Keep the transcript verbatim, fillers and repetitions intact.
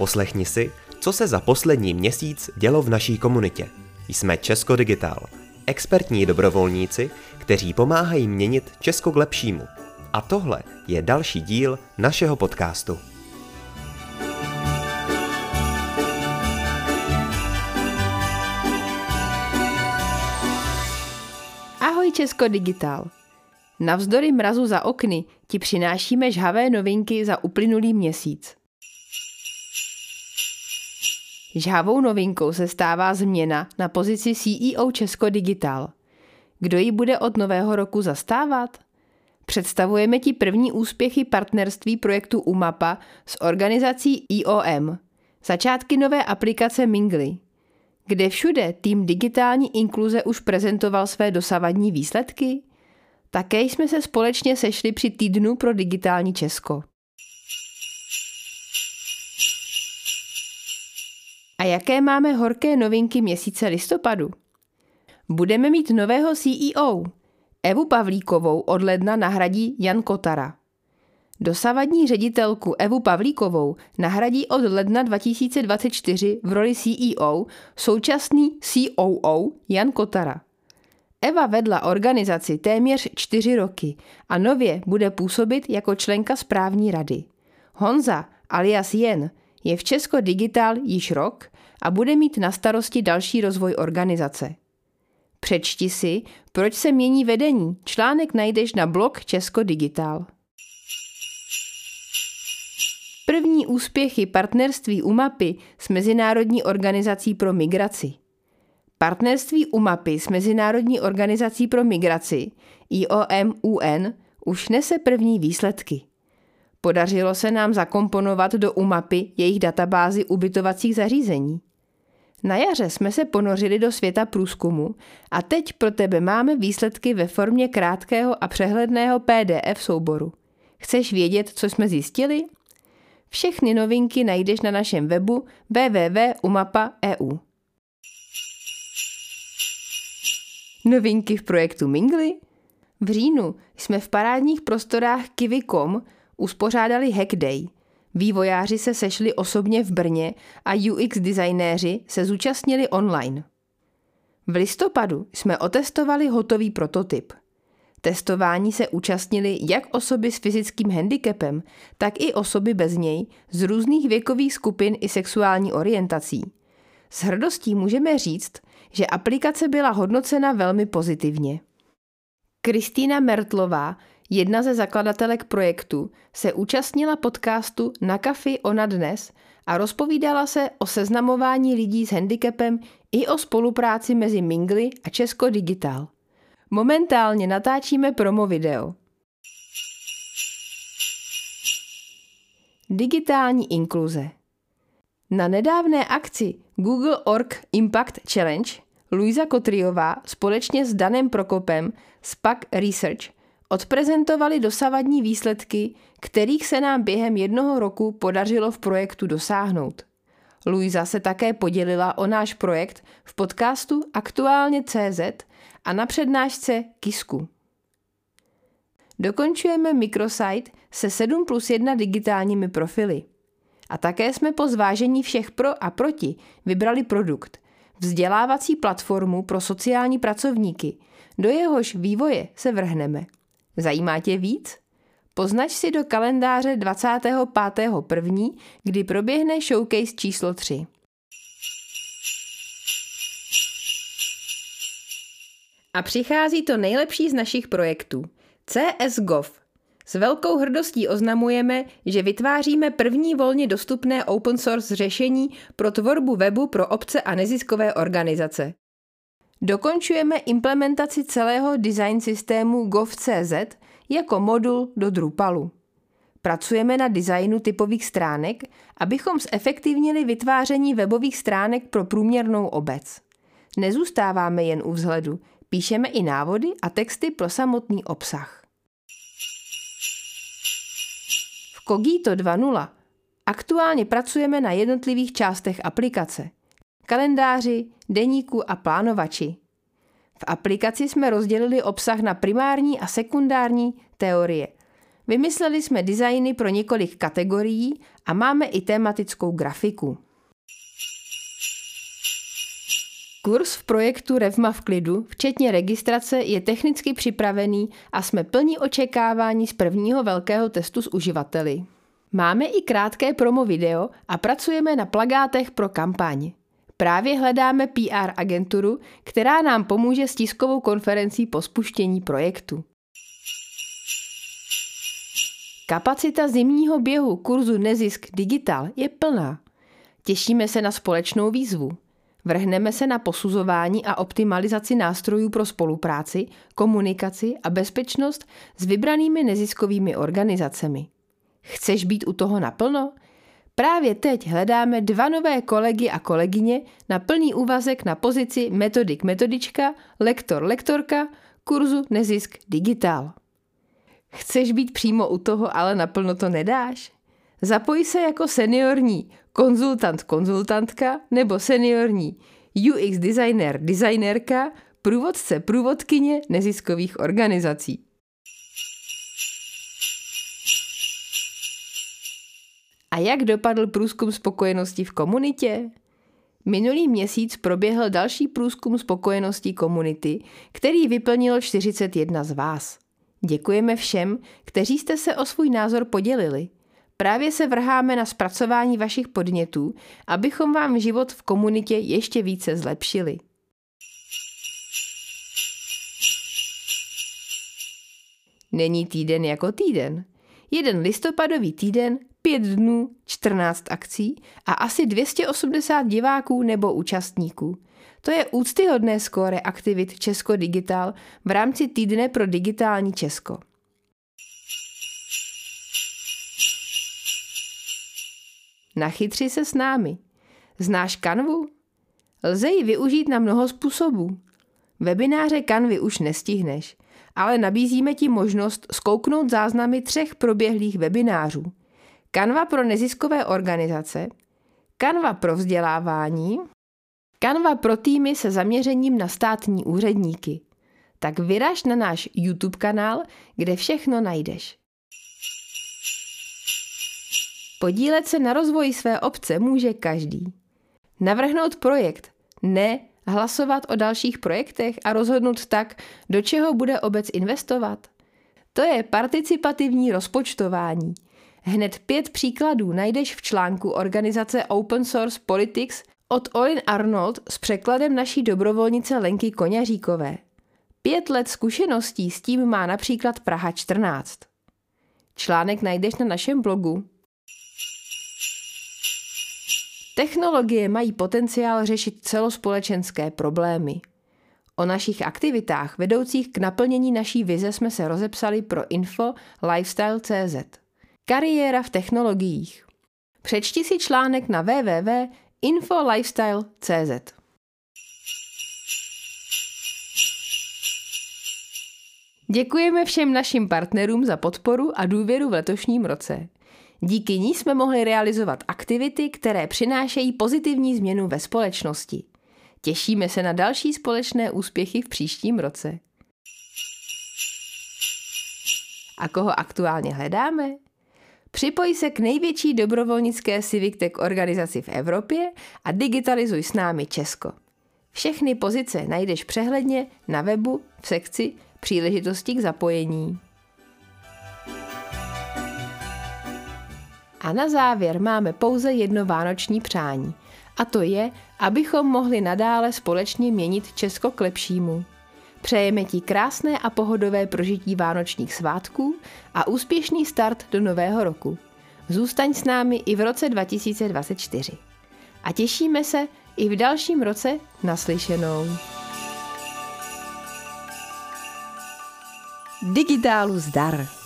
Poslechni si, co se za poslední měsíc dělo v naší komunitě. Jsme Česko Digital, expertní dobrovolníci, kteří pomáhají měnit Česko k lepšímu. A tohle je další díl našeho podcastu. Ahoj Česko Digital. Navzdory mrazu za okny ti přinášíme žhavé novinky za uplynulý měsíc. Žhavou novinkou se stává změna na pozici C E O Česko Digital. Kdo ji bude od nového roku zastávat? Představujeme ti první úspěchy partnerství projektu UMAPA s organizací I O M. Začátky nové aplikace Mingly. Kde všude tým digitální inkluze už prezentoval své dosavadní výsledky? Také jsme se společně sešli při týdnu pro digitální Česko. A jaké máme horké novinky měsíce listopadu? Budeme mít nového C E O. Evu Pavlíkovou od ledna nahradí Jan Kotara. Dosavadní ředitelku Evu Pavlíkovou nahradí od ledna dva tisíce dvacet čtyři v roli C E O současný C O O Jan Kotara. Eva vedla organizaci téměř čtyři roky a nově bude působit jako členka správní rady. Honza alias Jen je v Česko Digital již rok a bude mít na starosti další rozvoj organizace. Přečti si, proč se mění vedení. Článek najdeš na blog Česko Digital. První úspěchy partnerství UMAPy s Mezinárodní organizací pro migraci. Partnerství UMAPy s Mezinárodní organizací pro migraci I O M U N už nese první výsledky. Podařilo se nám zakomponovat do UMAPy jejich databázi ubytovacích zařízení. Na jaře jsme se ponořili do světa průzkumu a teď pro tebe máme výsledky ve formě krátkého a přehledného P D F souboru. Chceš vědět, co jsme zjistili? Všechny novinky najdeš na našem webu w w w tečka umapa tečka e u. Novinky v projektu Mingly? V říjnu jsme v parádních prostorách Kiwi tečka com uspořádali Hack Day. Vývojáři se sešli osobně v Brně a U X designéři se zúčastnili online. V listopadu jsme otestovali hotový prototyp. Testování se účastnili jak osoby s fyzickým handicapem, tak i osoby bez něj z různých věkových skupin i sexuální orientací. S hrdostí můžeme říct, že aplikace byla hodnocena velmi pozitivně. Kristýna Mertlová, jedna ze zakladatelek projektu, se účastnila podcastu Na kafi ona dnes a rozpovídala se o seznamování lidí s handicapem i o spolupráci mezi Mingly a Česko Digital. Momentálně natáčíme promo video. Digitální inkluze. Na nedávné akci Google tečka org Impact Challenge Luisa Kotriová společně s Danem Prokopem z P A C Research odprezentovali dosavadní výsledky, kterých se nám během jednoho roku podařilo v projektu dosáhnout. Luisa se také podělila o náš projekt v podcastu Aktuálně tečka cé zet a na přednášce Kisku. Dokončujeme mikrosite se sedm plus jedna digitálními profily. A také jsme po zvážení všech pro a proti vybrali produkt, vzdělávací platformu pro sociální pracovníky, do jehož vývoje se vrhneme. Zajímá tě víc? Poznač si do kalendáře dvacátého pátého prvního kdy proběhne showcase číslo tři. A přichází to nejlepší z našich projektů. C S Gov. S velkou hrdostí oznamujeme, že vytváříme první volně dostupné open source řešení pro tvorbu webu pro obce a neziskové organizace. Dokončujeme implementaci celého design systému gov tečka cé zet jako modul do Drupalu. Pracujeme na designu typových stránek, abychom zefektivnili vytváření webových stránek pro průměrnou obec. Nezůstáváme jen u vzhledu, píšeme i návody a texty pro samotný obsah. V Cogito dva tečka nula aktuálně pracujeme na jednotlivých částech aplikace. Kalendáři, deníku a plánovači. V aplikaci jsme rozdělili obsah na primární a sekundární teorie. Vymysleli jsme designy pro několik kategorií a máme i tematickou grafiku. Kurz v projektu Revma v klidu, včetně registrace, je technicky připravený a jsme plní očekávání z prvního velkého testu s uživateli. Máme i krátké promo video a pracujeme na plakátech pro kampaň. Právě hledáme P R agenturu, která nám pomůže s tiskovou konferencí po spuštění projektu. Kapacita zimního běhu kurzu Nezisk Digital je plná. Těšíme se na společnou výzvu. Vrhneme se na posuzování a optimalizaci nástrojů pro spolupráci, komunikaci a bezpečnost s vybranými neziskovými organizacemi. Chceš být u toho naplno? Právě teď hledáme dva nové kolegy a kolegyně na plný úvazek na pozici metodik metodička, lektor lektorka kurzu Nezisk Digital. Chceš být přímo u toho, ale naplno to nedáš? Zapoj se jako seniorní konzultant konzultantka nebo seniorní U X designer designérka, průvodce průvodkyně neziskových organizací. A jak dopadl průzkum spokojenosti v komunitě? Minulý měsíc proběhl další průzkum spokojenosti komunity, který vyplnilo čtyřicet jedna z vás. Děkujeme všem, kteří jste se o svůj názor podělili. Právě se vrháme na zpracování vašich podnětů, abychom vám život v komunitě ještě více zlepšili. Není týden jako týden. Jeden listopadový týden, pět dnů, čtrnáct akcí a asi dvě stě osmdesát diváků nebo účastníků. To je úctyhodné skóre aktivit Česko Digital v rámci Týdne pro digitální Česko. Nachytři se s námi. Znáš Canvu? Lze ji využít na mnoho způsobů. Webináře Canvy už nestihneš, ale nabízíme ti možnost zkouknout záznamy třech proběhlých webinářů. Canva pro neziskové organizace, Canva pro vzdělávání, Canva pro týmy se zaměřením na státní úředníky. Tak vyraž na náš YouTube kanál, kde všechno najdeš. Podílet se na rozvoji své obce může každý. Navrhnout projekt, ne hlasovat o dalších projektech a rozhodnout tak, do čeho bude obec investovat. To je participativní rozpočtování. Hned pět příkladů najdeš v článku organizace Open Source Politics od Olin Arnold s překladem naší dobrovolnice Lenky Koňaříkové. Pět let zkušeností s tím má například Praha čtrnáct. Článek najdeš na našem blogu. Technologie mají potenciál řešit celospolečenské problémy. O našich aktivitách vedoucích k naplnění naší vize jsme se rozepsali pro info lifestyle tečka cé zet. Kariéra v technologiích. Přečti si článek na w w w tečka info lifestyle tečka cé zet. Děkujeme všem našim partnerům za podporu a důvěru v letošním roce. Díky ní jsme mohli realizovat aktivity, které přinášejí pozitivní změnu ve společnosti. Těšíme se na další společné úspěchy v příštím roce. A koho aktuálně hledáme? Připoj se k největší dobrovolnické Civic Tech organizaci v Evropě a digitalizuj s námi Česko. Všechny pozice najdeš přehledně na webu v sekci Příležitosti k zapojení. A na závěr máme pouze jedno vánoční přání. A to je, abychom mohli nadále společně měnit Česko k lepšímu. Přejeme ti krásné a pohodové prožití vánočních svátků a úspěšný start do nového roku. Zůstaň s námi i v roce dva tisíce dvacet čtyři. A těšíme se i v dalším roce naslyšenou. Digitálu zdar!